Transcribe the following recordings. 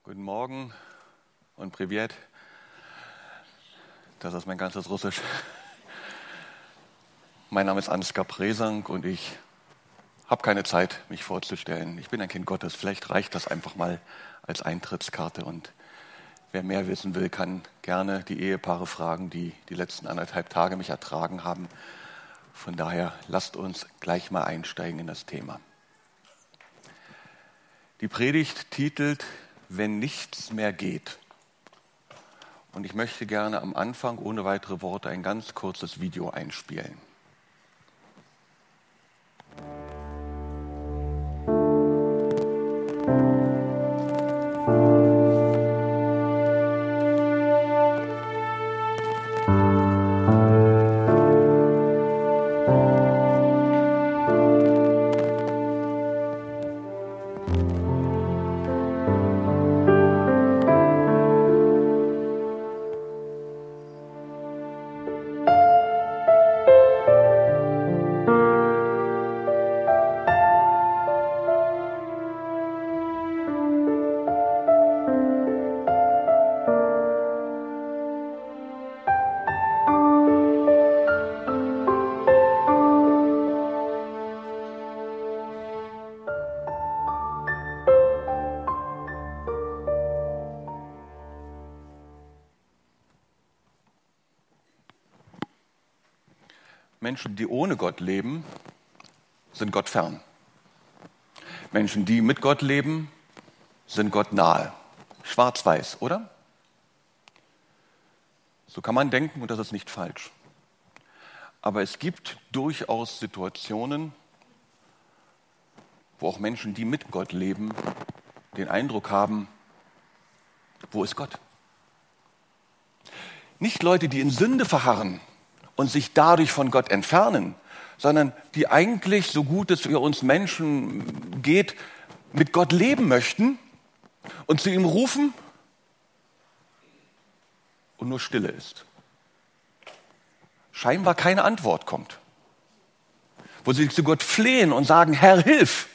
Guten Morgen und Privet. Das ist mein ganzes Russisch. Mein Name ist Ansgar Presang und ich habe keine Zeit, mich vorzustellen. Ich bin ein Kind Gottes. Vielleicht reicht das einfach mal als Eintrittskarte. Und wer mehr wissen will, kann gerne die Ehepaare fragen, die die letzten 1,5 Tage mich ertragen haben. Von daher lasst uns gleich mal einsteigen in das Thema. Die Predigt titelt Wenn nichts mehr geht. Und ich möchte gerne am Anfang ohne weitere Worte ein ganz kurzes Video einspielen. Menschen, die ohne Gott leben, sind Gott fern. Menschen, die mit Gott leben, sind Gott nahe. Schwarz-weiß, oder? So kann man denken und das ist nicht falsch. Aber es gibt durchaus Situationen, wo auch Menschen, die mit Gott leben, den Eindruck haben, wo ist Gott? Nicht Leute, die in Sünde verharren und sich dadurch von Gott entfernen, sondern die eigentlich, so gut es für uns Menschen geht, mit Gott leben möchten und zu ihm rufen und nur Stille ist. Scheinbar keine Antwort kommt. Wo sie zu Gott flehen und sagen, Herr, hilf!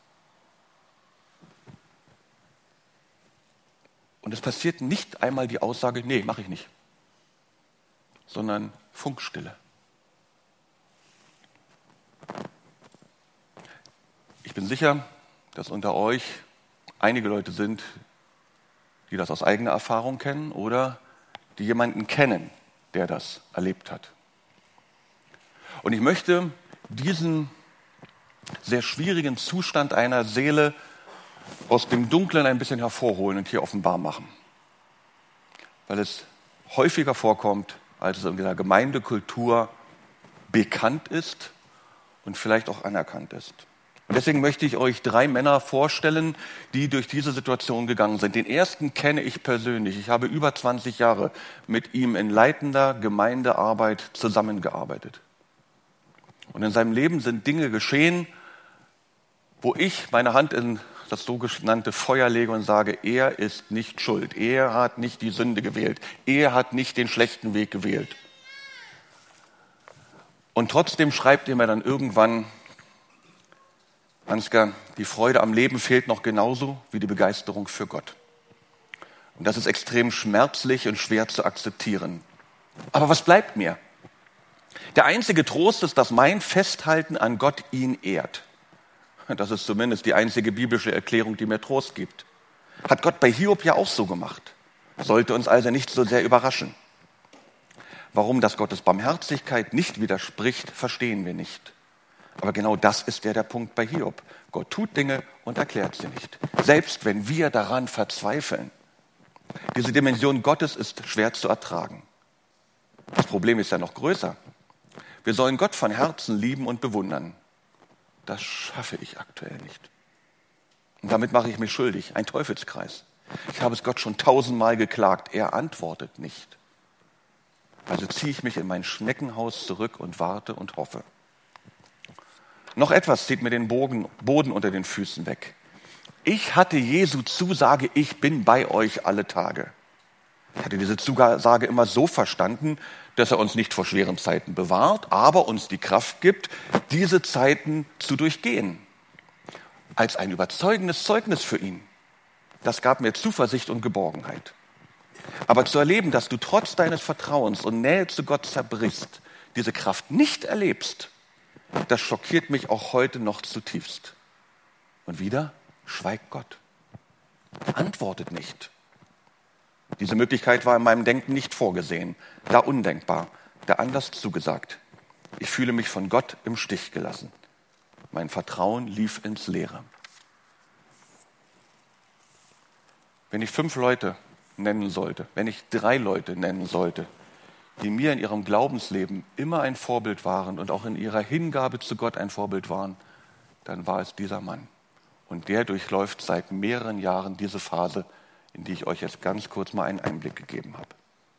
Und es passiert nicht einmal die Aussage, nee, mache ich nicht, sondern Funkstille. Ich bin sicher, dass unter euch einige Leute sind, die das aus eigener Erfahrung kennen oder die jemanden kennen, der das erlebt hat. Und ich möchte diesen sehr schwierigen Zustand einer Seele aus dem Dunklen ein bisschen hervorholen und hier offenbar machen. Weil es häufiger vorkommt, als es in der Gemeindekultur bekannt ist und vielleicht auch anerkannt ist. Und deswegen möchte ich euch 3 Männer vorstellen, die durch diese Situation gegangen sind. Den ersten kenne ich persönlich. Ich habe über 20 Jahre mit ihm in leitender Gemeindearbeit zusammengearbeitet. Und in seinem Leben sind Dinge geschehen, wo ich meine Hand in das sogenannte Feuer lege und sage, er ist nicht schuld, er hat nicht die Sünde gewählt, er hat nicht den schlechten Weg gewählt. Und trotzdem schreibt er mir dann irgendwann, Ansgar, die Freude am Leben fehlt noch genauso wie die Begeisterung für Gott. Und das ist extrem schmerzlich und schwer zu akzeptieren. Aber was bleibt mir? Der einzige Trost ist, dass mein Festhalten an Gott ihn ehrt. Das ist zumindest die einzige biblische Erklärung, die mir Trost gibt. Hat Gott bei Hiob ja auch so gemacht. Sollte uns also nicht so sehr überraschen. Warum das Gottes Barmherzigkeit nicht widerspricht, verstehen wir nicht. Aber genau das ist der Punkt bei Hiob. Gott tut Dinge und erklärt sie nicht. Selbst wenn wir daran verzweifeln. Diese Dimension Gottes ist schwer zu ertragen. Das Problem ist ja noch größer. Wir sollen Gott von Herzen lieben und bewundern. Das schaffe ich aktuell nicht. Und damit mache ich mich schuldig. Ein Teufelskreis. Ich habe es Gott schon 1000-mal geklagt. Er antwortet nicht. Also ziehe ich mich in mein Schneckenhaus zurück und warte und hoffe. Noch etwas zieht mir den Boden unter den Füßen weg. Ich hatte Jesu Zusage, ich bin bei euch alle Tage. Ich hatte diese Zusage immer so verstanden, dass er uns nicht vor schweren Zeiten bewahrt, aber uns die Kraft gibt, diese Zeiten zu durchgehen. Als ein überzeugendes Zeugnis für ihn. Das gab mir Zuversicht und Geborgenheit. Aber zu erleben, dass du trotz deines Vertrauens und Nähe zu Gott zerbrichst, diese Kraft nicht erlebst, das schockiert mich auch heute noch zutiefst. Und wieder schweigt Gott, antwortet nicht. Diese Möglichkeit war in meinem Denken nicht vorgesehen, da undenkbar, da anders zugesagt. Ich fühle mich von Gott im Stich gelassen. Mein Vertrauen lief ins Leere. Wenn ich 5 Leute nennen sollte, wenn ich 3 Leute nennen sollte, die mir in ihrem Glaubensleben immer ein Vorbild waren und auch in ihrer Hingabe zu Gott ein Vorbild waren, dann war es dieser Mann. Und der durchläuft seit mehreren Jahren diese Phase, in die ich euch jetzt ganz kurz mal einen Einblick gegeben habe.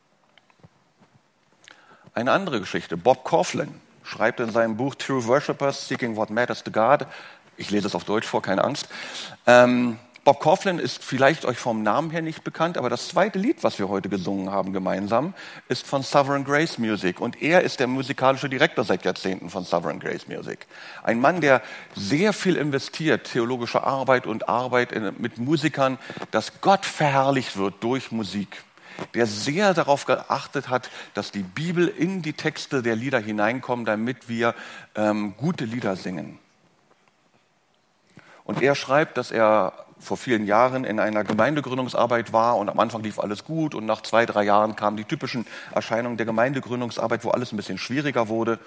Eine andere Geschichte. Bob Kauflin schreibt in seinem Buch True Worshippers, Seeking What Matters to God, ich lese es auf Deutsch vor, keine Angst, Bob Kauflin ist vielleicht euch vom Namen her nicht bekannt, aber das zweite Lied, was wir heute gesungen haben gemeinsam, ist von Sovereign Grace Music. Und er ist der musikalische Direktor seit Jahrzehnten von Sovereign Grace Music. Ein Mann, der sehr viel investiert, theologische Arbeit und Arbeit mit Musikern, dass Gott verherrlicht wird durch Musik. Der sehr darauf geachtet hat, dass die Bibel in die Texte der Lieder hineinkommt, damit wir gute Lieder singen. Und er schreibt, dass er vor vielen Jahren in einer Gemeindegründungsarbeit war und am Anfang lief alles gut und nach 2, 3 Jahren kamen die typischen Erscheinungen der Gemeindegründungsarbeit, wo alles ein bisschen schwieriger wurde.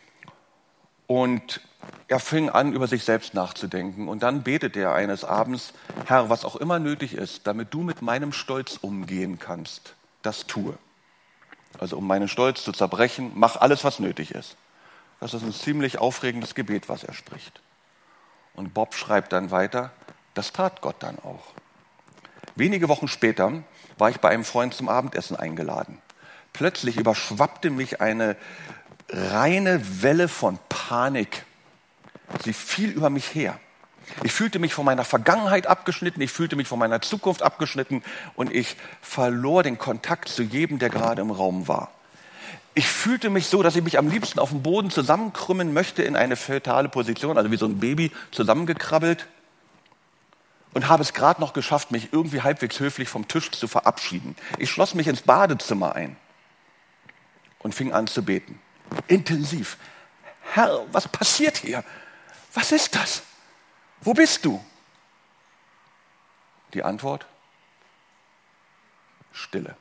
Und er fing an, über sich selbst nachzudenken und dann betet er eines Abends: Herr, was auch immer nötig ist, damit du mit meinem Stolz umgehen kannst, das tue. Also um meinen Stolz zu zerbrechen, mach alles, was nötig ist. Das ist ein ziemlich aufregendes Gebet, was er spricht. Und Bob schreibt dann weiter: Das tat Gott dann auch. Wenige Wochen später war ich bei einem Freund zum Abendessen eingeladen. Plötzlich überschwappte mich eine reine Welle von Panik. Sie fiel über mich her. Ich fühlte mich von meiner Vergangenheit abgeschnitten, ich fühlte mich von meiner Zukunft abgeschnitten und ich verlor den Kontakt zu jedem, der gerade im Raum war. Ich fühlte mich so, dass ich mich am liebsten auf dem Boden zusammenkrümmen möchte in eine fetale Position, also wie so ein Baby zusammengekrabbelt. Und habe es gerade noch geschafft, mich irgendwie halbwegs höflich vom Tisch zu verabschieden. Ich schloss mich ins Badezimmer ein und fing an zu beten. Intensiv. Herr, was passiert hier? Was ist das? Wo bist du? Die Antwort? Stille.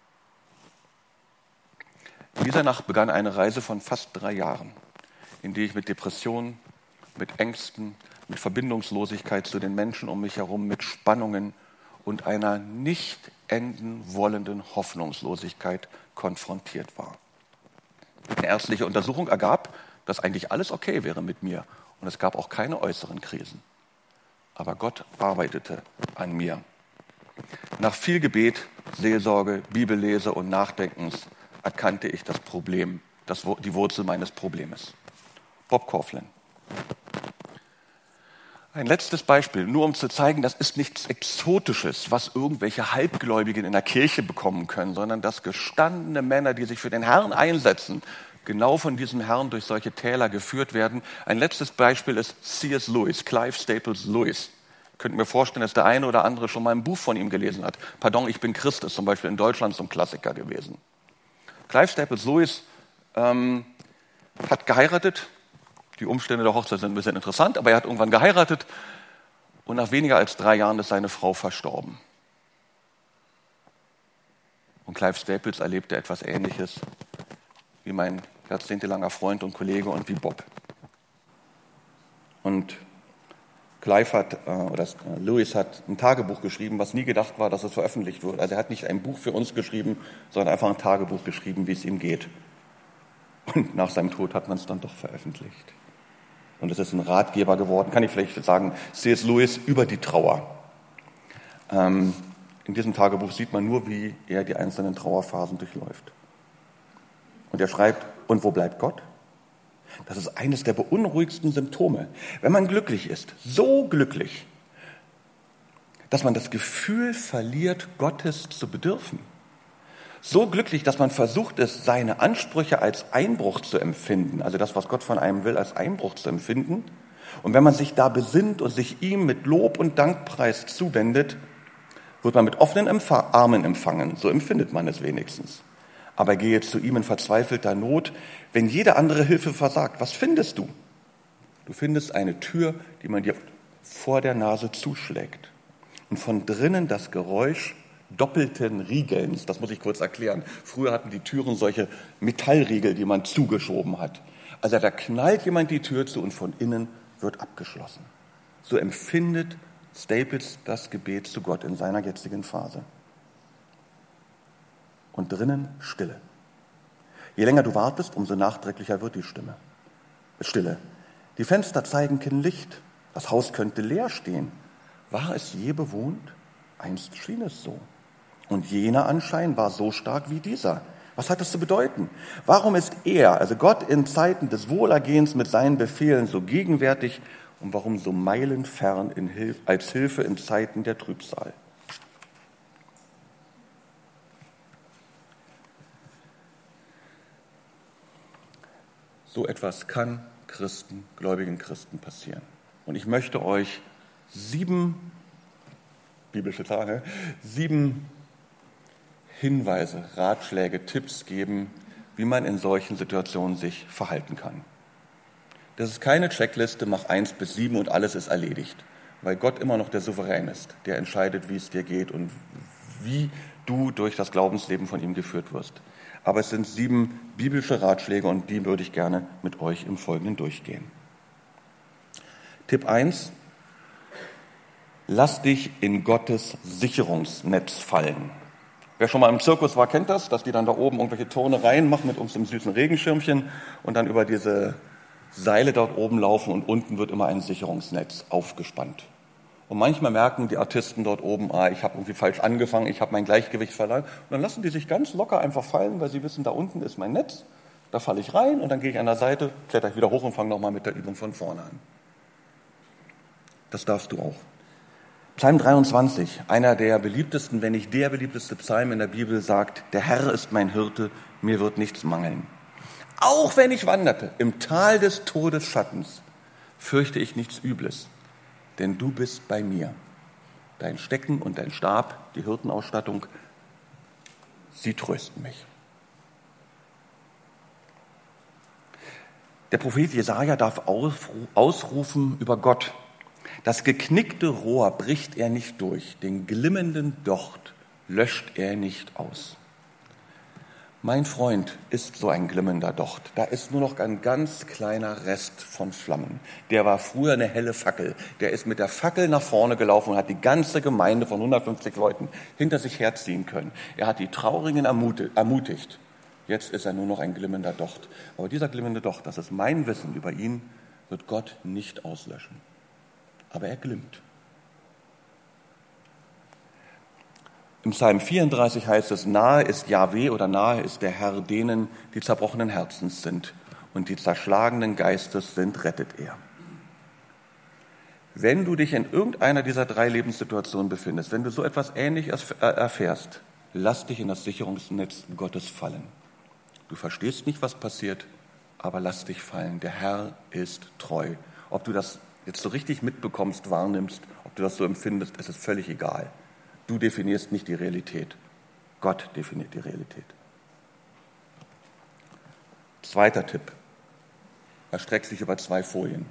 In dieser Nacht begann eine Reise von fast 3 Jahren, in die ich mit Depressionen, mit Ängsten, mit Verbindungslosigkeit zu den Menschen um mich herum, mit Spannungen und einer nicht enden wollenden Hoffnungslosigkeit konfrontiert war. Eine ärztliche Untersuchung ergab, dass eigentlich alles okay wäre mit mir und es gab auch keine äußeren Krisen. Aber Gott arbeitete an mir. Nach viel Gebet, Seelsorge, Bibellese und Nachdenkens erkannte ich das Problem, die Wurzel meines Problems. Bob Kauflin. Ein letztes Beispiel, nur um zu zeigen, das ist nichts Exotisches, was irgendwelche Halbgläubigen in der Kirche bekommen können, sondern dass gestandene Männer, die sich für den Herrn einsetzen, genau von diesem Herrn durch solche Täler geführt werden. Ein letztes Beispiel ist C.S. Lewis, Clive Staples Lewis. Könnt ihr mir vorstellen, dass der eine oder andere schon mal ein Buch von ihm gelesen hat. Pardon, ich bin Christ ist zum Beispiel in Deutschland so ein Klassiker gewesen. Clive Staples Lewis hat geheiratet. Die Umstände der Hochzeit sind ein bisschen interessant, aber er hat irgendwann geheiratet und nach weniger als 3 Jahren ist seine Frau verstorben. Und Clive Staples erlebte etwas Ähnliches wie mein jahrzehntelanger Freund und Kollege und wie Bob. Und Lewis hat ein Tagebuch geschrieben, was nie gedacht war, dass es veröffentlicht wird. Also er hat nicht ein Buch für uns geschrieben, sondern einfach ein Tagebuch geschrieben, wie es ihm geht. Und nach seinem Tod hat man es dann doch veröffentlicht. Und es ist ein Ratgeber geworden, kann ich vielleicht sagen, C.S. Lewis über die Trauer. In diesem Tagebuch sieht man nur, wie er die einzelnen Trauerphasen durchläuft. Und er schreibt, und wo bleibt Gott? Das ist eines der beunruhigsten Symptome. Wenn man glücklich ist, so glücklich, dass man das Gefühl verliert, Gottes zu bedürfen. So glücklich, dass man versucht ist, seine Ansprüche als Einbruch zu empfinden, also das, was Gott von einem will, als Einbruch zu empfinden. Und wenn man sich da besinnt und sich ihm mit Lob und Dankpreis zuwendet, wird man mit offenen Armen empfangen, so empfindet man es wenigstens. Aber gehe zu ihm in verzweifelter Not, wenn jede andere Hilfe versagt. Was findest du? Du findest eine Tür, die man dir vor der Nase zuschlägt. Und von drinnen das Geräusch doppelten Riegelns. Das muss ich kurz erklären. Früher hatten die Türen solche Metallriegel, die man zugeschoben hat. Also da knallt jemand die Tür zu und von innen wird abgeschlossen. So empfindet Staples das Gebet zu Gott in seiner jetzigen Phase. Und drinnen Stille. Je länger du wartest, umso nachträglicher wird die Stille. Die Fenster zeigen kein Licht. Das Haus könnte leer stehen. War es je bewohnt? Einst schien es so. Und jener Anschein war so stark wie dieser. Was hat das zu bedeuten? Warum ist er, also Gott, in Zeiten des Wohlergehens mit seinen Befehlen so gegenwärtig und warum so meilenfern als Hilfe in Zeiten der Trübsal? So etwas kann gläubigen Christen passieren. Und ich möchte euch 7 Hinweise, Ratschläge, Tipps geben, wie man in solchen Situationen sich verhalten kann. Das ist keine Checkliste, mach 1 bis 7 und alles ist erledigt, weil Gott immer noch der Souverän ist, der entscheidet, wie es dir geht und wie du durch das Glaubensleben von ihm geführt wirst. Aber es sind 7 biblische Ratschläge und die würde ich gerne mit euch im Folgenden durchgehen. Tipp 1: Lass dich in Gottes Sicherungsnetz fallen. Wer schon mal im Zirkus war, kennt das, dass die dann da oben irgendwelche Turne reinmachen mit uns im süßen Regenschirmchen und dann über diese Seile dort oben laufen und unten wird immer ein Sicherungsnetz aufgespannt. Und manchmal merken die Artisten dort oben, ich habe irgendwie falsch angefangen, ich habe mein Gleichgewicht verloren. Und dann lassen die sich ganz locker einfach fallen, weil sie wissen, da unten ist mein Netz, da falle ich rein und dann gehe ich an der Seite, kletter ich wieder hoch und fange nochmal mit der Übung von vorne an. Das darfst du auch. Psalm 23, einer der beliebtesten, wenn nicht der beliebteste Psalm in der Bibel, sagt: Der Herr ist mein Hirte, mir wird nichts mangeln. Auch wenn ich wanderte im Tal des Todesschattens, fürchte ich nichts Übles, denn du bist bei mir. Dein Stecken und dein Stab, die Hirtenausstattung, sie trösten mich. Der Prophet Jesaja darf ausrufen über Gott: Das geknickte Rohr bricht er nicht durch, den glimmenden Docht löscht er nicht aus. Mein Freund ist so ein glimmender Docht. Da ist nur noch ein ganz kleiner Rest von Flammen. Der war früher eine helle Fackel. Der ist mit der Fackel nach vorne gelaufen und hat die ganze Gemeinde von 150 Leuten hinter sich herziehen können. Er hat die Traurigen ermutigt. Jetzt ist er nur noch ein glimmender Docht. Aber dieser glimmende Docht, das ist mein Wissen über ihn, wird Gott nicht auslöschen. Aber er glimmt. Im Psalm 34 heißt es: Nahe ist Jahwe oder nahe ist der Herr denen, die zerbrochenen Herzens sind und die zerschlagenen Geistes sind, rettet er. Wenn du dich in irgendeiner dieser 3 Lebenssituationen befindest, wenn du so etwas Ähnliches erfährst, lass dich in das Sicherungsnetz Gottes fallen. Du verstehst nicht, was passiert, aber lass dich fallen. Der Herr ist treu. Ob du das jetzt so richtig mitbekommst, wahrnimmst, ob du das so empfindest, es ist völlig egal. Du definierst nicht die Realität. Gott definiert die Realität. 2. Tipp. Erstreckt sich über 2 Folien.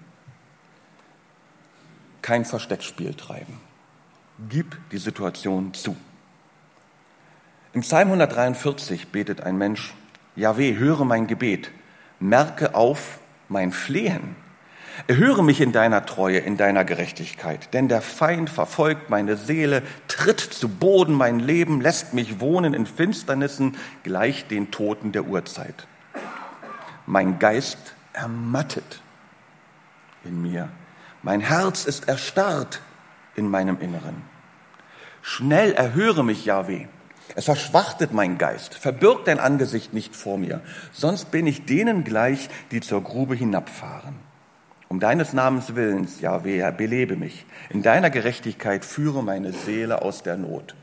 Kein Versteckspiel treiben. Gib die Situation zu. Im Psalm 143 betet ein Mensch: Jahwe, höre mein Gebet, merke auf mein Flehen. Erhöre mich in deiner Treue, in deiner Gerechtigkeit, denn der Feind verfolgt meine Seele, tritt zu Boden mein Leben, lässt mich wohnen in Finsternissen, gleich den Toten der Urzeit. Mein Geist ermattet in mir, mein Herz ist erstarrt in meinem Inneren. Schnell erhöre mich, Jahwe. Es verschwachtet mein Geist, verbirg dein Angesicht nicht vor mir, sonst bin ich denen gleich, die zur Grube hinabfahren. Um deines Namens Willens, Jahwe, belebe mich. In deiner Gerechtigkeit führe meine Seele aus der Not.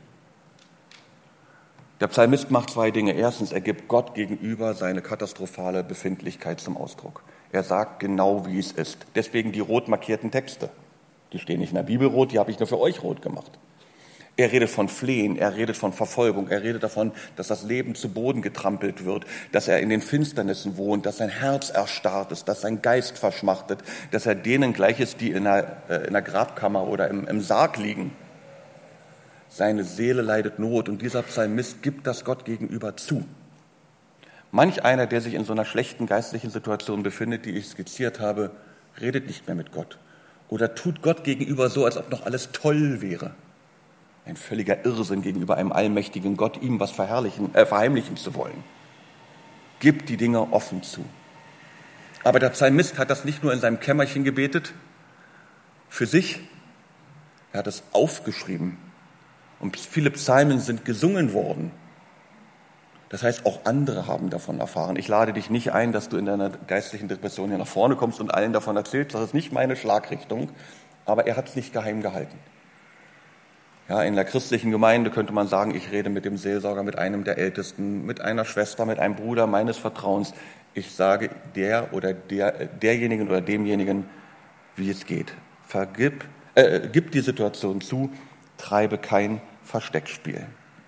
Der Psalmist macht 2 Dinge. Erstens, er gibt Gott gegenüber seine katastrophale Befindlichkeit zum Ausdruck. Er sagt genau, wie es ist. Deswegen die rot markierten Texte. Die stehen nicht in der Bibel rot, die habe ich nur für euch rot gemacht. Er redet von Flehen, er redet von Verfolgung, er redet davon, dass das Leben zu Boden getrampelt wird, dass er in den Finsternissen wohnt, dass sein Herz erstarrt ist, dass sein Geist verschmachtet, dass er denen gleich ist, die in der Grabkammer oder im Sarg liegen. Seine Seele leidet Not und dieser Psalmist gibt das Gott gegenüber zu. Manch einer, der sich in so einer schlechten geistlichen Situation befindet, die ich skizziert habe, redet nicht mehr mit Gott oder tut Gott gegenüber so, als ob noch alles toll wäre. Ein völliger Irrsinn gegenüber einem allmächtigen Gott, ihm was verheimlichen zu wollen. Gib die Dinge offen zu. Aber der Psalmist hat das nicht nur in seinem Kämmerchen gebetet, für sich, er hat es aufgeschrieben. Und viele Psalmen sind gesungen worden. Das heißt, auch andere haben davon erfahren. Ich lade dich nicht ein, dass du in deiner geistlichen Depression hier nach vorne kommst und allen davon erzählst. Das ist nicht meine Schlagrichtung, aber er hat es nicht geheim gehalten. Ja, in der christlichen Gemeinde könnte man sagen, ich rede mit dem Seelsorger, mit einem der Ältesten, mit einer Schwester, mit einem Bruder meines Vertrauens. Ich sage derjenigen oder demjenigen, wie es geht. Gib die Situation zu, treibe kein Versteckspiel.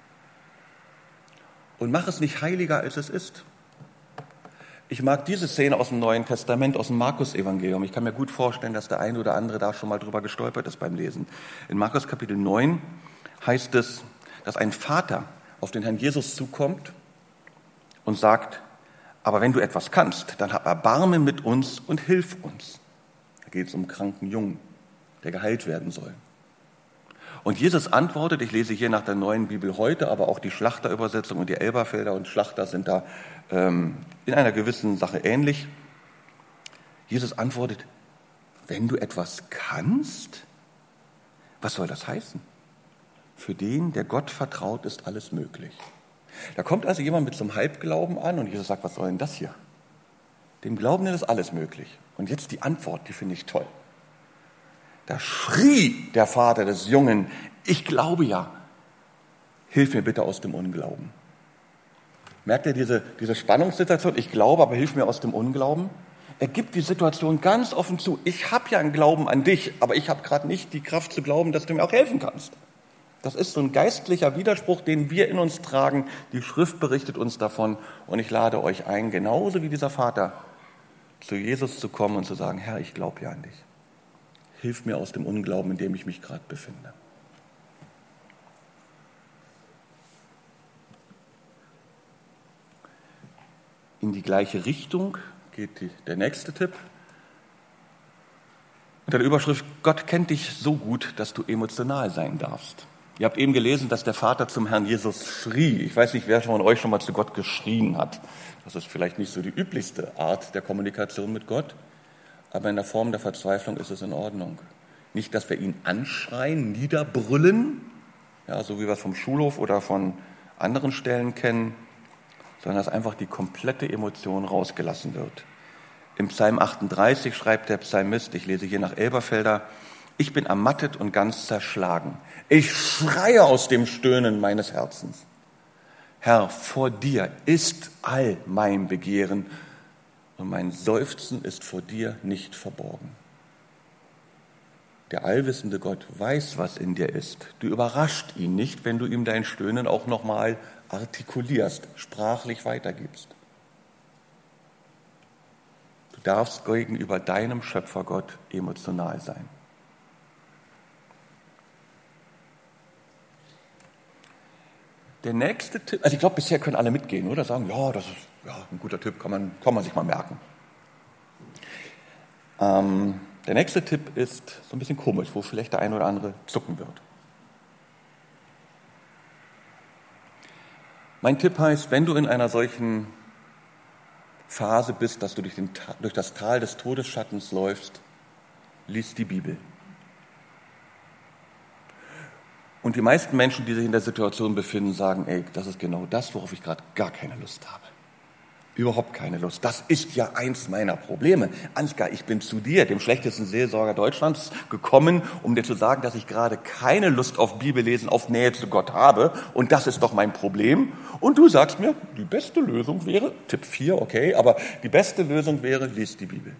Und mach es nicht heiliger, als es ist. Ich mag diese Szene aus dem Neuen Testament, aus dem Markus-Evangelium. Ich kann mir gut vorstellen, dass der eine oder andere da schon mal drüber gestolpert ist beim Lesen. In Markus Kapitel 9 heißt es, dass ein Vater auf den Herrn Jesus zukommt und sagt, aber wenn du etwas kannst, dann hab Erbarmen mit uns und hilf uns. Da geht es um einen kranken Jungen, der geheilt werden soll. Und Jesus antwortet, ich lese hier nach der Neuen Bibel heute, aber auch die Schlachterübersetzung und die Elberfelder und Schlachter sind da in einer gewissen Sache ähnlich. Jesus antwortet, wenn du etwas kannst, was soll das heißen? Für den, der Gott vertraut, ist alles möglich. Da kommt also jemand mit so einem Halbglauben an und Jesus sagt, was soll denn das hier? Dem Glaubenden ist alles möglich. Und jetzt die Antwort, die finde ich toll. Da schrie der Vater des Jungen, ich glaube ja, hilf mir bitte aus dem Unglauben. Merkt ihr diese Spannungssituation? Ich glaube, aber hilf mir aus dem Unglauben. Er gibt die Situation ganz offen zu. Ich habe ja einen Glauben an dich, aber ich habe gerade nicht die Kraft zu glauben, dass du mir auch helfen kannst. Das ist so ein geistlicher Widerspruch, den wir in uns tragen. Die Schrift berichtet uns davon. Und ich lade euch ein, genauso wie dieser Vater, zu Jesus zu kommen und zu sagen, Herr, ich glaube ja an dich. Hilf mir aus dem Unglauben, in dem ich mich gerade befinde. In die gleiche Richtung geht der nächste Tipp. Unter der Überschrift, Gott kennt dich so gut, dass du emotional sein darfst. Ihr habt eben gelesen, dass der Vater zum Herrn Jesus schrie. Ich weiß nicht, wer von euch schon mal zu Gott geschrien hat. Das ist vielleicht nicht so die üblichste Art der Kommunikation mit Gott, aber in der Form der Verzweiflung ist es in Ordnung. Nicht, dass wir ihn anschreien, niederbrüllen, ja, so wie wir es vom Schulhof oder von anderen Stellen kennen, sondern dass einfach die komplette Emotion rausgelassen wird. Im Psalm 38 schreibt der Psalmist, ich lese hier nach Elberfelder, ich bin ermattet und ganz zerschlagen. Ich schreie aus dem Stöhnen meines Herzens. Herr, vor dir ist all mein Begehren und mein Seufzen ist vor dir nicht verborgen. Der allwissende Gott weiß, was in dir ist. Du überrascht ihn nicht, wenn du ihm dein Stöhnen auch nochmal artikulierst, sprachlich weitergibst. Du darfst gegenüber deinem Schöpfergott emotional sein. Der nächste Tipp, also ich glaube, bisher können alle mitgehen, oder? Sagen, ja, das ist ein guter Tipp, kann man sich mal merken. Der nächste Tipp ist so ein bisschen komisch, wo vielleicht der eine oder andere zucken wird. Mein Tipp heißt, wenn du in einer solchen Phase bist, dass du durch das Tal des Todesschattens läufst, lies die Bibel. Und die meisten Menschen, die sich in der Situation befinden, sagen, ey, das ist genau das, worauf ich gerade gar keine Lust habe. Überhaupt keine Lust. Das ist ja eins meiner Probleme. Ansgar, ich bin zu dir, dem schlechtesten Seelsorger Deutschlands, gekommen, um dir zu sagen, dass ich gerade keine Lust auf Bibellesen, auf Nähe zu Gott habe. Und das ist doch mein Problem. Und du sagst mir, die beste Lösung wäre, Tipp 4, okay, aber die beste Lösung wäre, lies die Bibel.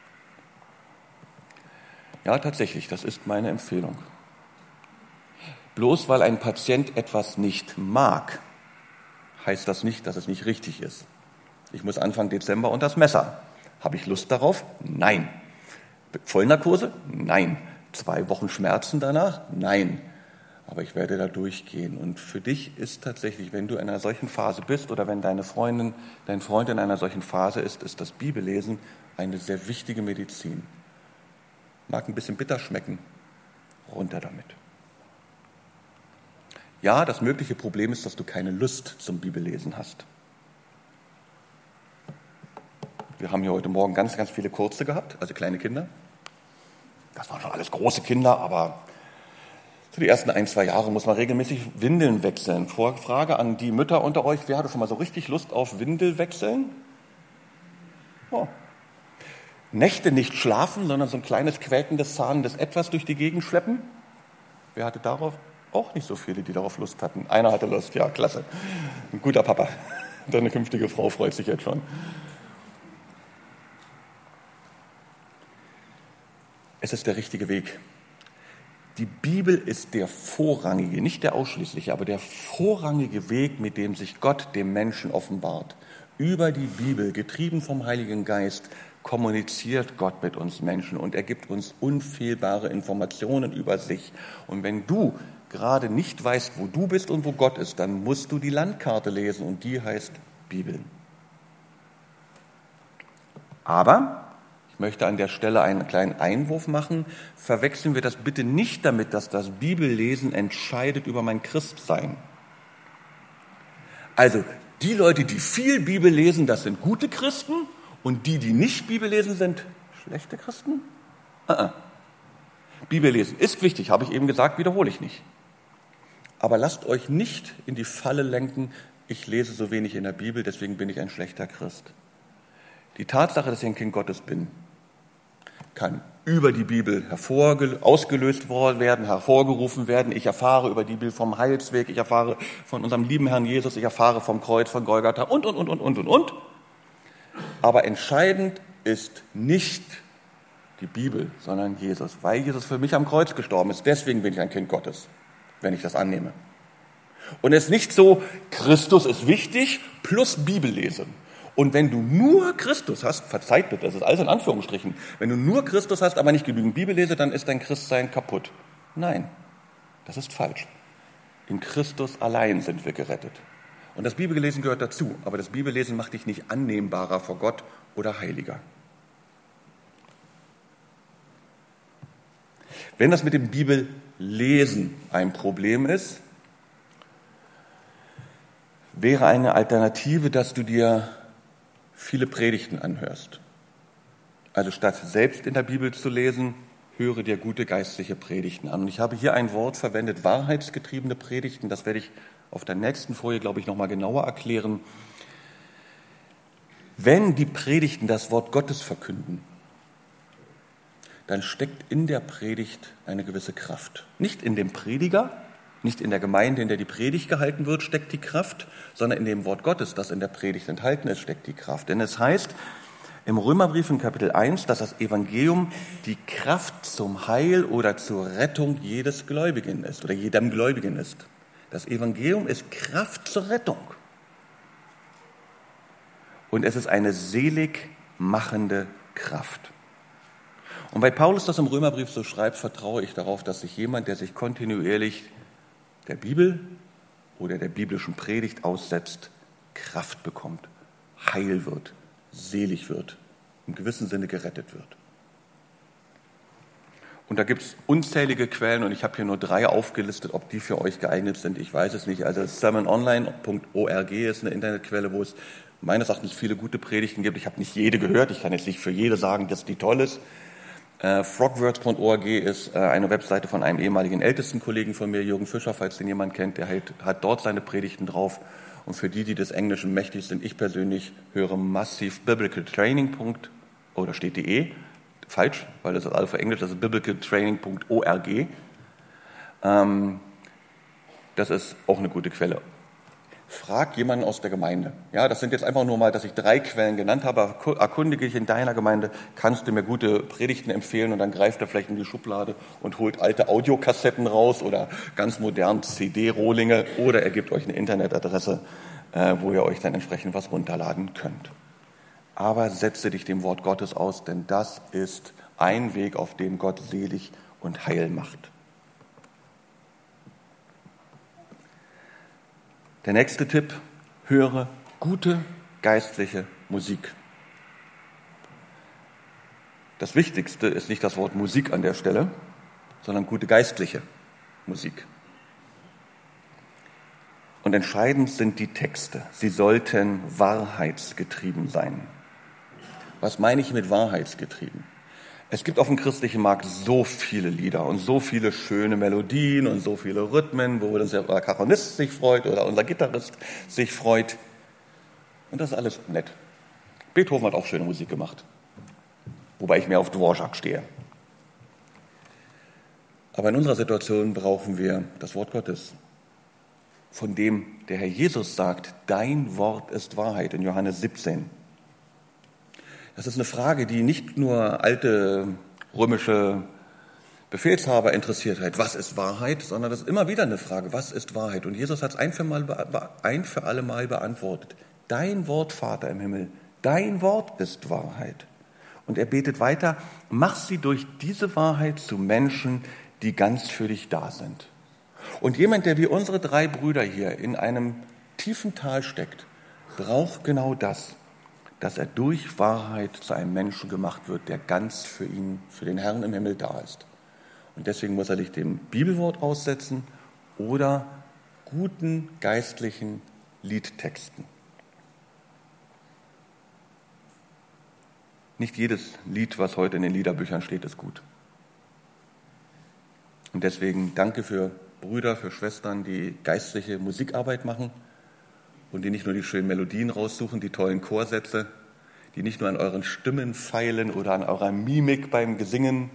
Ja, tatsächlich, das ist meine Empfehlung. Bloß weil ein Patient etwas nicht mag, heißt das nicht, dass es nicht richtig ist. Ich muss Anfang Dezember unter das Messer. Habe ich Lust darauf? Nein. Vollnarkose? Nein. 2 Wochen Schmerzen danach? Nein. Aber ich werde da durchgehen. Und für dich ist tatsächlich, wenn du in einer solchen Phase bist oder wenn deine Freundin, dein Freund in einer solchen Phase ist das Bibellesen eine sehr wichtige Medizin. Mag ein bisschen bitter schmecken. Runter damit. Ja, das mögliche Problem ist, dass du keine Lust zum Bibellesen hast. Wir haben hier heute Morgen ganz, ganz viele Kurze gehabt, also kleine Kinder. Das waren schon alles große Kinder, aber für die ersten 1, 2 Jahre muss man regelmäßig Windeln wechseln. Frage an die Mütter unter euch, wer hatte schon mal so richtig Lust auf Windelwechseln? Oh. Nächte nicht schlafen, sondern so ein kleines quäkendes, zahnendes Etwas durch die Gegend schleppen? Wer hatte darauf? Auch nicht so viele, die darauf Lust hatten. Einer hatte Lust, ja, klasse. Ein guter Papa. Deine künftige Frau freut sich jetzt schon. Es ist der richtige Weg. Die Bibel ist der vorrangige, nicht der ausschließliche, aber der vorrangige Weg, mit dem sich Gott dem Menschen offenbart. Über die Bibel, getrieben vom Heiligen Geist, kommuniziert Gott mit uns Menschen und er gibt uns unfehlbare Informationen über sich. Und wenn du gerade nicht weißt, wo du bist und wo Gott ist, dann musst du die Landkarte lesen und die heißt Bibel. Aber ich möchte an der Stelle einen kleinen Einwurf machen. Verwechseln wir das bitte nicht damit, dass das Bibellesen entscheidet über mein Christsein. Also die Leute, die viel Bibel lesen, das sind gute Christen und die nicht Bibel lesen, sind schlechte Christen? Bibellesen ist wichtig, habe ich eben gesagt, wiederhole ich nicht. Aber lasst euch nicht in die Falle lenken, ich lese so wenig in der Bibel, deswegen bin ich ein schlechter Christ. Die Tatsache, dass ich ein Kind Gottes bin, kann über die Bibel ausgelöst werden, hervorgerufen werden. Ich erfahre über die Bibel vom Heilsweg, ich erfahre von unserem lieben Herrn Jesus, ich erfahre vom Kreuz von Golgatha und. Aber entscheidend ist nicht die Bibel, sondern Jesus, weil Jesus für mich am Kreuz gestorben ist. Deswegen bin ich ein Kind Gottes, wenn ich das annehme. Und es ist nicht so, Christus ist wichtig plus Bibellesen. Und wenn du nur Christus hast, verzeiht bitte, das ist alles in Anführungsstrichen, wenn du nur Christus hast, aber nicht genügend Bibellese, dann ist dein Christsein kaputt. Nein, das ist falsch. In Christus allein sind wir gerettet. Und das Bibellesen gehört dazu, aber das Bibellesen macht dich nicht annehmbarer vor Gott oder heiliger. Wenn das mit dem Bibellesen ein Problem ist, wäre eine Alternative, dass du dir viele Predigten anhörst. Also statt selbst in der Bibel zu lesen, höre dir gute geistliche Predigten an. Und ich habe hier ein Wort verwendet, wahrheitsgetriebene Predigten. Das werde ich auf der nächsten Folie, glaube ich, nochmal genauer erklären. Wenn die Predigten das Wort Gottes verkünden, dann steckt in der Predigt eine gewisse Kraft. Nicht in dem Prediger, nicht in der Gemeinde, in der die Predigt gehalten wird, steckt die Kraft, sondern in dem Wort Gottes, das in der Predigt enthalten ist, steckt die Kraft. Denn es heißt im Römerbrief in Kapitel 1, dass das Evangelium die Kraft zum Heil oder zur Rettung jedes Gläubigen ist oder jedem Gläubigen ist. Das Evangelium ist Kraft zur Rettung. Und es ist eine selig machende Kraft. Und weil Paulus das im Römerbrief so schreibt, vertraue ich darauf, dass sich jemand, der sich kontinuierlich der Bibel oder der biblischen Predigt aussetzt, Kraft bekommt, heil wird, selig wird, im gewissen Sinne gerettet wird. Und da gibt es unzählige Quellen und ich habe hier nur 3 aufgelistet, ob die für euch geeignet sind, ich weiß es nicht. Also sermononline.org ist eine Internetquelle, wo es meines Erachtens viele gute Predigten gibt. Ich habe nicht jede gehört, ich kann jetzt nicht für jede sagen, dass die toll ist. Frogwords.org ist eine Webseite von einem ehemaligen ältesten Kollegen von mir, Jürgen Fischer, falls den jemand kennt, der hat dort seine Predigten drauf. Und für die des Englischen mächtig sind, ich persönlich höre massiv biblicaltraining. Da steht .de, falsch, weil das ist alles für Englisch, das ist biblicaltraining.org. Das ist auch eine gute Quelle. frag jemanden aus der Gemeinde. Ja, das sind jetzt einfach nur mal, dass ich 3 Quellen genannt habe. Erkundige dich in deiner Gemeinde, kannst du mir gute Predigten empfehlen und dann greift er vielleicht in die Schublade und holt alte Audiokassetten raus oder ganz modern CD-Rohlinge oder er gibt euch eine Internetadresse, wo ihr euch dann entsprechend was runterladen könnt. Aber setze dich dem Wort Gottes aus, denn das ist ein Weg, auf dem Gott selig und heil macht. Der nächste Tipp, höre gute geistliche Musik. Das Wichtigste ist nicht das Wort Musik an der Stelle, sondern gute geistliche Musik. Und entscheidend sind die Texte. Sie sollten wahrheitsgetrieben sein. Was meine ich mit wahrheitsgetrieben? Es gibt auf dem christlichen Markt so viele Lieder und so viele schöne Melodien und so viele Rhythmen, wo unser Karonist sich freut oder unser Gitarrist sich freut. Und das ist alles nett. Beethoven hat auch schöne Musik gemacht, wobei ich mehr auf Dvorak stehe. Aber in unserer Situation brauchen wir das Wort Gottes, von dem der Herr Jesus sagt, dein Wort ist Wahrheit in Johannes 17. Das ist eine Frage, die nicht nur alte römische Befehlshaber interessiert hat, was ist Wahrheit, sondern das ist immer wieder eine Frage, was ist Wahrheit? Und Jesus hat es ein für alle Mal beantwortet. Dein Wort, Vater im Himmel, dein Wort ist Wahrheit. Und er betet weiter, mach sie durch diese Wahrheit zu Menschen, die ganz für dich da sind. Und jemand, der wie unsere 3 Brüder hier in einem tiefen Tal steckt, braucht genau das, dass er durch Wahrheit zu einem Menschen gemacht wird, der ganz für ihn, für den Herrn im Himmel da ist. Und deswegen muss er sich dem Bibelwort aussetzen oder guten geistlichen Liedtexten. Nicht jedes Lied, was heute in den Liederbüchern steht, ist gut. Und deswegen danke für Brüder, für Schwestern, die geistliche Musikarbeit machen und die nicht nur die schönen Melodien raussuchen, die tollen Chorsätze, die nicht nur an euren Stimmen feilen oder an eurer Mimik beim Gesingen,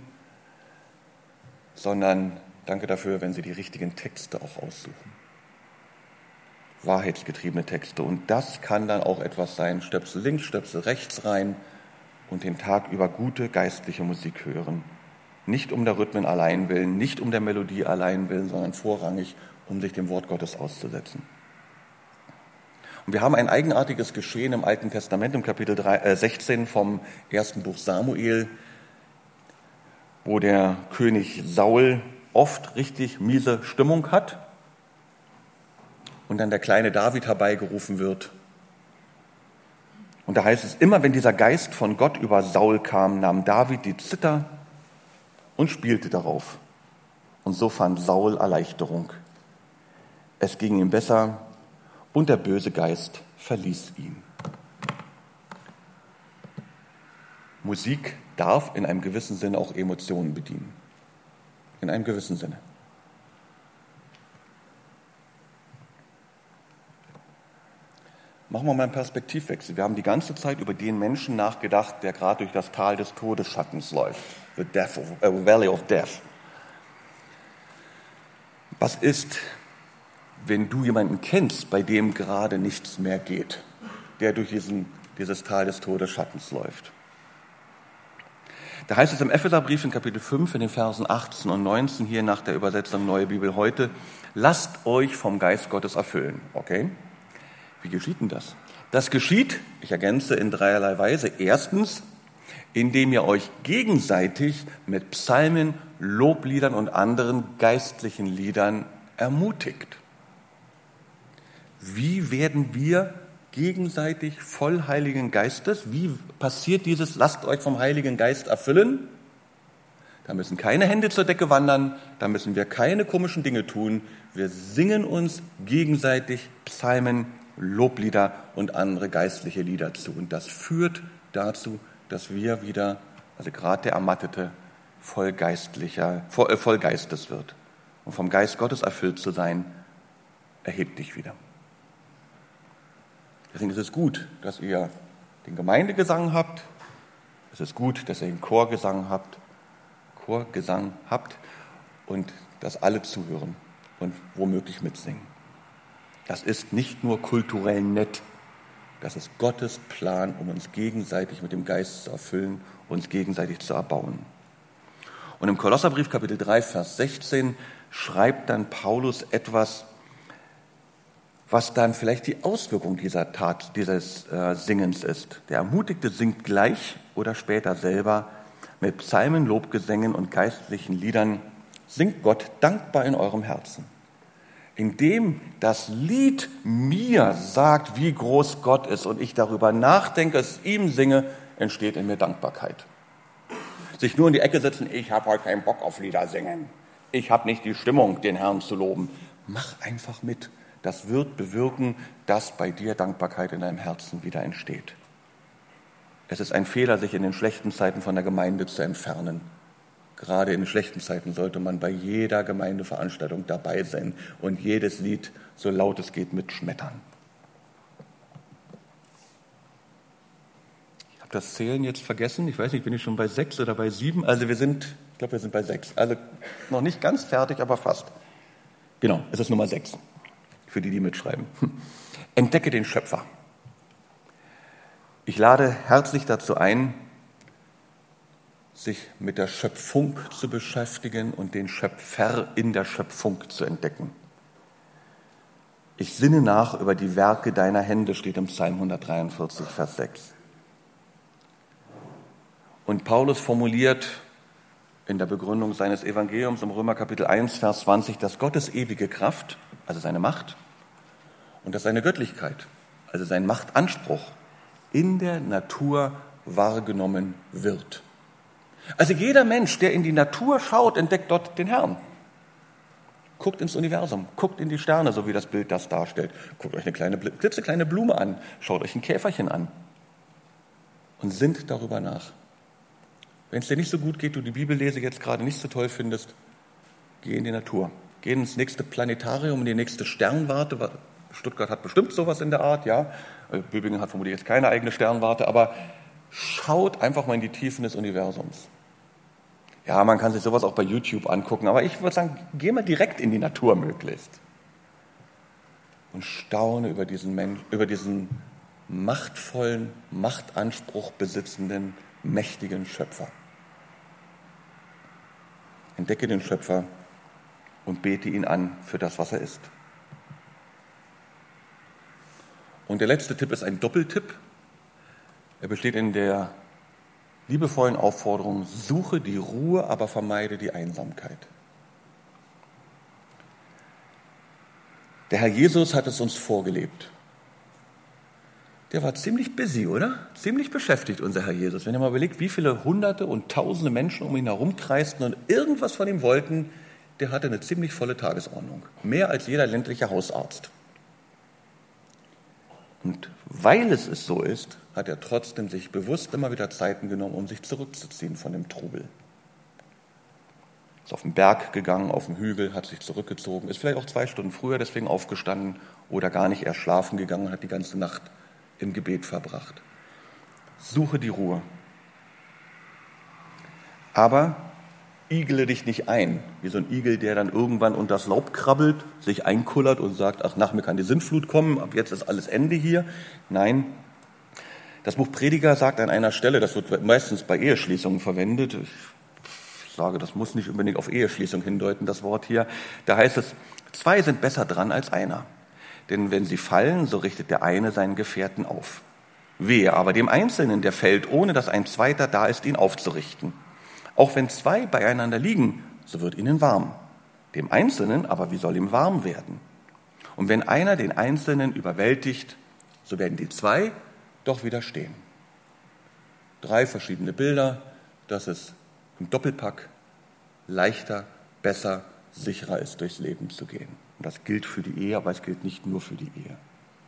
sondern danke dafür, wenn sie die richtigen Texte auch aussuchen. Wahrheitsgetriebene Texte. Und das kann dann auch etwas sein, Stöpsel links, Stöpsel rechts rein und den Tag über gute geistliche Musik hören. Nicht um der Rhythmen allein willen, nicht um der Melodie allein willen, sondern vorrangig, um sich dem Wort Gottes auszusetzen. Und wir haben ein eigenartiges Geschehen im Alten Testament, im Kapitel 16 vom 1. Buch Samuel, wo der König Saul oft richtig miese Stimmung hat und dann der kleine David herbeigerufen wird. Und da heißt es, immer wenn dieser Geist von Gott über Saul kam, nahm David die Zither und spielte darauf. Und so fand Saul Erleichterung. Es ging ihm besser und der böse Geist verließ ihn. Musik darf in einem gewissen Sinne auch Emotionen bedienen. In einem gewissen Sinne. Machen wir mal einen Perspektivwechsel. Wir haben die ganze Zeit über den Menschen nachgedacht, der gerade durch das Tal des Todesschattens läuft. The Valley of Death. Was ist, wenn du jemanden kennst, bei dem gerade nichts mehr geht, der durch dieses Tal des Todesschattens läuft? Da heißt es im Epheserbrief in Kapitel 5 in den Versen 18 und 19, hier nach der Übersetzung Neue Bibel heute, lasst euch vom Geist Gottes erfüllen. Okay? Wie geschieht denn das? Das geschieht, ich ergänze, in dreierlei Weise. Erstens, indem ihr euch gegenseitig mit Psalmen, Lobliedern und anderen geistlichen Liedern ermutigt. Wie werden wir gegenseitig voll Heiligen Geistes? Wie passiert dieses, lasst euch vom Heiligen Geist erfüllen? Da müssen keine Hände zur Decke wandern, da müssen wir keine komischen Dinge tun. Wir singen uns gegenseitig Psalmen, Loblieder und andere geistliche Lieder zu. Und das führt dazu, dass wir wieder, also gerade der Ermattete, voll Geistes wird. Und vom Geist Gottes erfüllt zu sein, erhebt dich wieder. Deswegen ist es gut, dass ihr den Gemeindegesang habt. Es ist gut, dass ihr den Chorgesang habt und dass alle zuhören und womöglich mitsingen. Das ist nicht nur kulturell nett, das ist Gottes Plan, um uns gegenseitig mit dem Geist zu erfüllen, uns gegenseitig zu erbauen. Und im Kolosserbrief Kapitel 3, Vers 16 schreibt dann Paulus etwas, was dann vielleicht die Auswirkung dieser Tat, dieses Singens ist. Der Ermutigte singt gleich oder später selber mit Psalmen, Lobgesängen und geistlichen Liedern, singt Gott dankbar in eurem Herzen. Indem das Lied mir sagt, wie groß Gott ist und ich darüber nachdenke, es ihm singe, entsteht in mir Dankbarkeit. Sich nur in die Ecke setzen, ich habe heute keinen Bock auf Lieder singen. Ich habe nicht die Stimmung, den Herrn zu loben. Mach einfach mit. Das wird bewirken, dass bei dir Dankbarkeit in deinem Herzen wieder entsteht. Es ist ein Fehler, sich in den schlechten Zeiten von der Gemeinde zu entfernen. Gerade in schlechten Zeiten sollte man bei jeder Gemeindeveranstaltung dabei sein und jedes Lied, so laut es geht, mitschmettern. Ich habe das Zählen jetzt vergessen. Ich weiß nicht, bin ich schon bei 6 oder bei 7? Also ich glaube, wir sind bei 6. Also noch nicht ganz fertig, aber fast. Genau, es ist Nummer 6. Für die mitschreiben. Entdecke den Schöpfer. Ich lade herzlich dazu ein, sich mit der Schöpfung zu beschäftigen und den Schöpfer in der Schöpfung zu entdecken. Ich sinne nach über die Werke deiner Hände, steht im Psalm 143, Vers 6. Und Paulus formuliert in der Begründung seines Evangeliums im Römer Kapitel 1, Vers 20, dass Gottes ewige Kraft, also seine Macht, und dass seine Göttlichkeit, also sein Machtanspruch, in der Natur wahrgenommen wird. Also jeder Mensch, der in die Natur schaut, entdeckt dort den Herrn. Guckt ins Universum, guckt in die Sterne, so wie das Bild das darstellt. Guckt euch eine klitzekleine Blume an, schaut euch ein Käferchen an und sinnt darüber nach. Wenn es dir nicht so gut geht, du die Bibellese jetzt gerade nicht so toll findest, geh in die Natur. Geh ins nächste Planetarium, in die nächste Sternwarte. Stuttgart hat bestimmt sowas in der Art, ja. Böbingen hat vermutlich jetzt keine eigene Sternwarte, aber schaut einfach mal in die Tiefen des Universums. Ja, man kann sich sowas auch bei YouTube angucken, aber ich würde sagen, geh mal direkt in die Natur möglichst. Und staune über diesen machtvollen, Machtanspruch besitzenden, mächtigen Schöpfer. Entdecke den Schöpfer und bete ihn an für das, was er ist. Und der letzte Tipp ist ein Doppeltipp. Er besteht in der liebevollen Aufforderung, suche die Ruhe, aber vermeide die Einsamkeit. Der Herr Jesus hat es uns vorgelebt. Der war ziemlich busy, oder? Ziemlich beschäftigt, unser Herr Jesus. Wenn ihr mal überlegt, wie viele Hunderte und tausende Menschen um ihn herum kreisten und irgendwas von ihm wollten, der hatte eine ziemlich volle Tagesordnung. Mehr als jeder ländliche Hausarzt. Und weil es so ist, hat er trotzdem sich bewusst immer wieder Zeiten genommen, um sich zurückzuziehen von dem Trubel. Ist auf den Berg gegangen, auf den Hügel, hat sich zurückgezogen, ist vielleicht auch 2 Stunden früher deswegen aufgestanden oder gar nicht erst schlafen gegangen und hat die ganze Nacht im Gebet verbracht. Suche die Ruhe. Aber igle dich nicht ein, wie so ein Igel, der dann irgendwann unter das Laub krabbelt, sich einkullert und sagt, ach, nach mir kann die Sintflut kommen, ab jetzt ist alles Ende hier. Nein, das Buch Prediger sagt an einer Stelle, das wird meistens bei Eheschließungen verwendet, ich sage, das muss nicht unbedingt auf Eheschließung hindeuten, das Wort hier, da heißt es, 2 sind besser dran als einer. Denn wenn sie fallen, so richtet der eine seinen Gefährten auf. Wehe aber dem Einzelnen, der fällt, ohne dass ein zweiter da ist, ihn aufzurichten. Auch wenn 2 beieinander liegen, so wird ihnen warm. Dem Einzelnen aber, wie soll ihm warm werden? Und wenn einer den Einzelnen überwältigt, so werden die 2 doch widerstehen. 3 verschiedene Bilder, dass es im Doppelpack leichter, besser, sicherer ist, durchs Leben zu gehen. Und das gilt für die Ehe, aber es gilt nicht nur für die Ehe.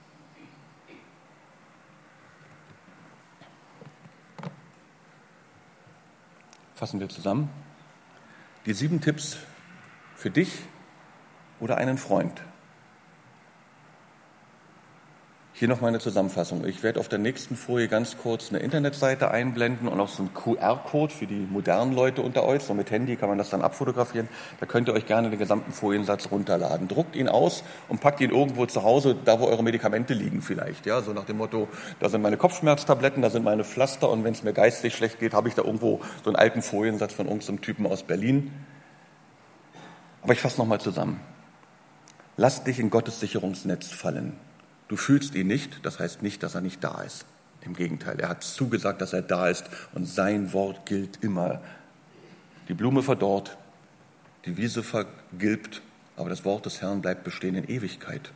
Fassen wir zusammen. Die 7 Tipps für dich oder einen Freund. Hier noch meine Zusammenfassung. Ich werde auf der nächsten Folie ganz kurz eine Internetseite einblenden und auch so einen QR-Code für die modernen Leute unter euch. So mit Handy kann man das dann abfotografieren. Da könnt ihr euch gerne den gesamten Foliensatz runterladen. Druckt ihn aus und packt ihn irgendwo zu Hause, da wo eure Medikamente liegen vielleicht. Ja, so nach dem Motto, da sind meine Kopfschmerztabletten, da sind meine Pflaster und wenn es mir geistig schlecht geht, habe ich da irgendwo so einen alten Foliensatz von irgendeinem Typen aus Berlin. Aber ich fasse nochmal zusammen. Lass dich in Gottes Sicherungsnetz fallen. Du fühlst ihn nicht, das heißt nicht, dass er nicht da ist. Im Gegenteil, er hat zugesagt, dass er da ist und sein Wort gilt immer. Die Blume verdorrt, die Wiese vergilbt, aber das Wort des Herrn bleibt bestehen in Ewigkeit.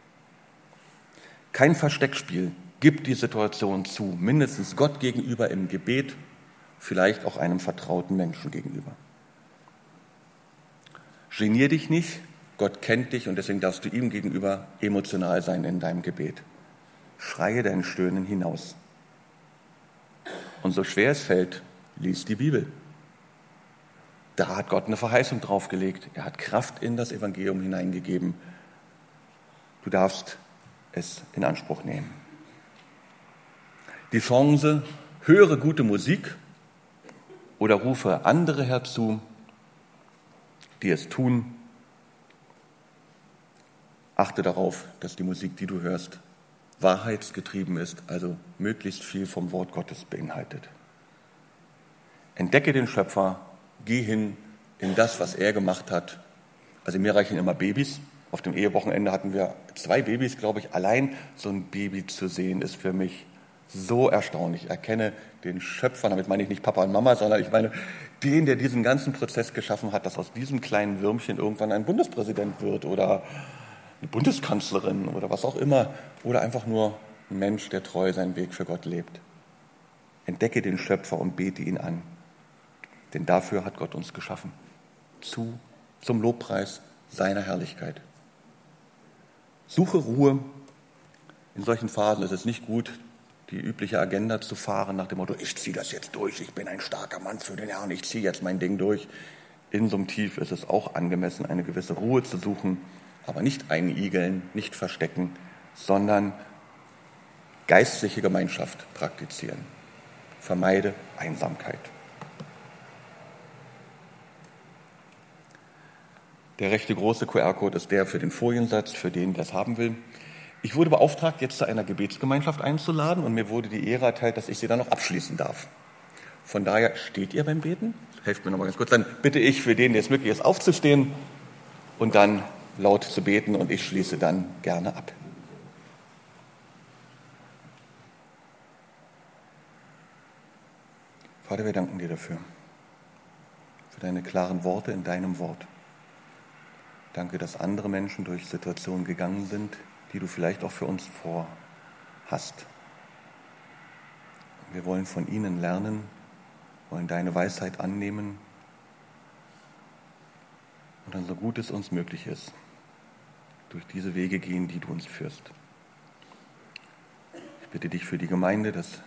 Kein Versteckspiel, gib die Situation zu, mindestens Gott gegenüber im Gebet, vielleicht auch einem vertrauten Menschen gegenüber. Genier dich nicht. Gott kennt dich und deswegen darfst du ihm gegenüber emotional sein in deinem Gebet. Schreie dein Stöhnen hinaus. Und so schwer es fällt, lies die Bibel. Da hat Gott eine Verheißung draufgelegt. Er hat Kraft in das Evangelium hineingegeben. Du darfst es in Anspruch nehmen. Die Chance, höre gute Musik oder rufe andere herzu, die es tun. Achte darauf, dass die Musik, die du hörst, wahrheitsgetrieben ist, also möglichst viel vom Wort Gottes beinhaltet. Entdecke den Schöpfer, geh hin in das, was er gemacht hat. Also mir reichen immer Babys. Auf dem Ehewochenende hatten wir 2 Babys, glaube ich. Allein so ein Baby zu sehen, ist für mich so erstaunlich. Ich erkenne den Schöpfer, damit meine ich nicht Papa und Mama, sondern ich meine den, der diesen ganzen Prozess geschaffen hat, dass aus diesem kleinen Würmchen irgendwann ein Bundespräsident wird oder eine Bundeskanzlerin oder was auch immer, oder einfach nur ein Mensch, der treu seinen Weg für Gott lebt. Entdecke den Schöpfer und bete ihn an, denn dafür hat Gott uns geschaffen, zum Lobpreis seiner Herrlichkeit. Suche Ruhe. In solchen Phasen ist es nicht gut, die übliche Agenda zu fahren nach dem Motto, ich ziehe das jetzt durch, ich bin ein starker Mann für den Herrn, ich ziehe jetzt mein Ding durch. In so einem Tief ist es auch angemessen, eine gewisse Ruhe zu suchen, aber nicht einigeln, nicht verstecken, sondern geistliche Gemeinschaft praktizieren. Vermeide Einsamkeit. Der rechte große QR-Code ist der für den Foliensatz, für den, der es haben will. Ich wurde beauftragt, jetzt zu einer Gebetsgemeinschaft einzuladen und mir wurde die Ehre erteilt, dass ich sie dann noch abschließen darf. Von daher steht ihr beim Beten. Helft mir nochmal ganz kurz. Dann bitte ich für den, der es möglich ist, aufzustehen und dann laut zu beten und ich schließe dann gerne ab. Vater, wir danken dir dafür, für deine klaren Worte in deinem Wort. Danke, dass andere Menschen durch Situationen gegangen sind, die du vielleicht auch für uns vorhast. Wir wollen von ihnen lernen, wollen deine Weisheit annehmen und dann so gut es uns möglich ist, durch diese Wege gehen, die du uns führst. Ich bitte dich für die Gemeinde, dass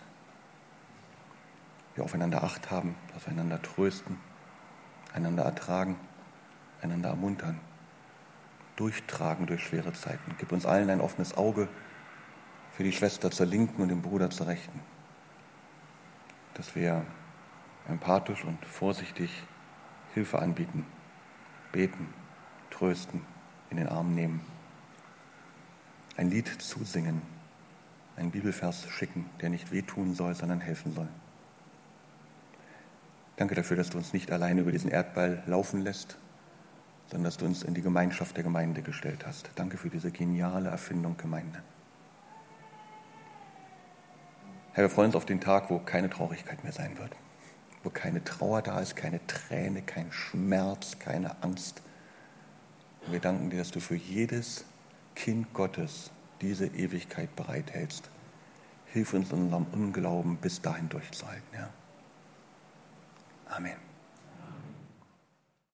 wir aufeinander Acht haben, dass wir einander trösten, einander ertragen, einander ermuntern, durchtragen durch schwere Zeiten. Gib uns allen ein offenes Auge für die Schwester zur Linken und den Bruder zur Rechten, dass wir empathisch und vorsichtig Hilfe anbieten, beten, trösten, in den Arm nehmen, ein Lied zusingen, einen Bibelvers schicken, der nicht wehtun soll, sondern helfen soll. Danke dafür, dass du uns nicht alleine über diesen Erdball laufen lässt, sondern dass du uns in die Gemeinschaft der Gemeinde gestellt hast. Danke für diese geniale Erfindung Gemeinde. Herr, wir freuen uns auf den Tag, wo keine Traurigkeit mehr sein wird, wo keine Trauer da ist, keine Träne, kein Schmerz, keine Angst. Und wir danken dir, dass du für jedes Kind Gottes diese Ewigkeit bereithältst. Hilf uns in unserem Unglauben bis dahin durchzuhalten. Ja. Amen.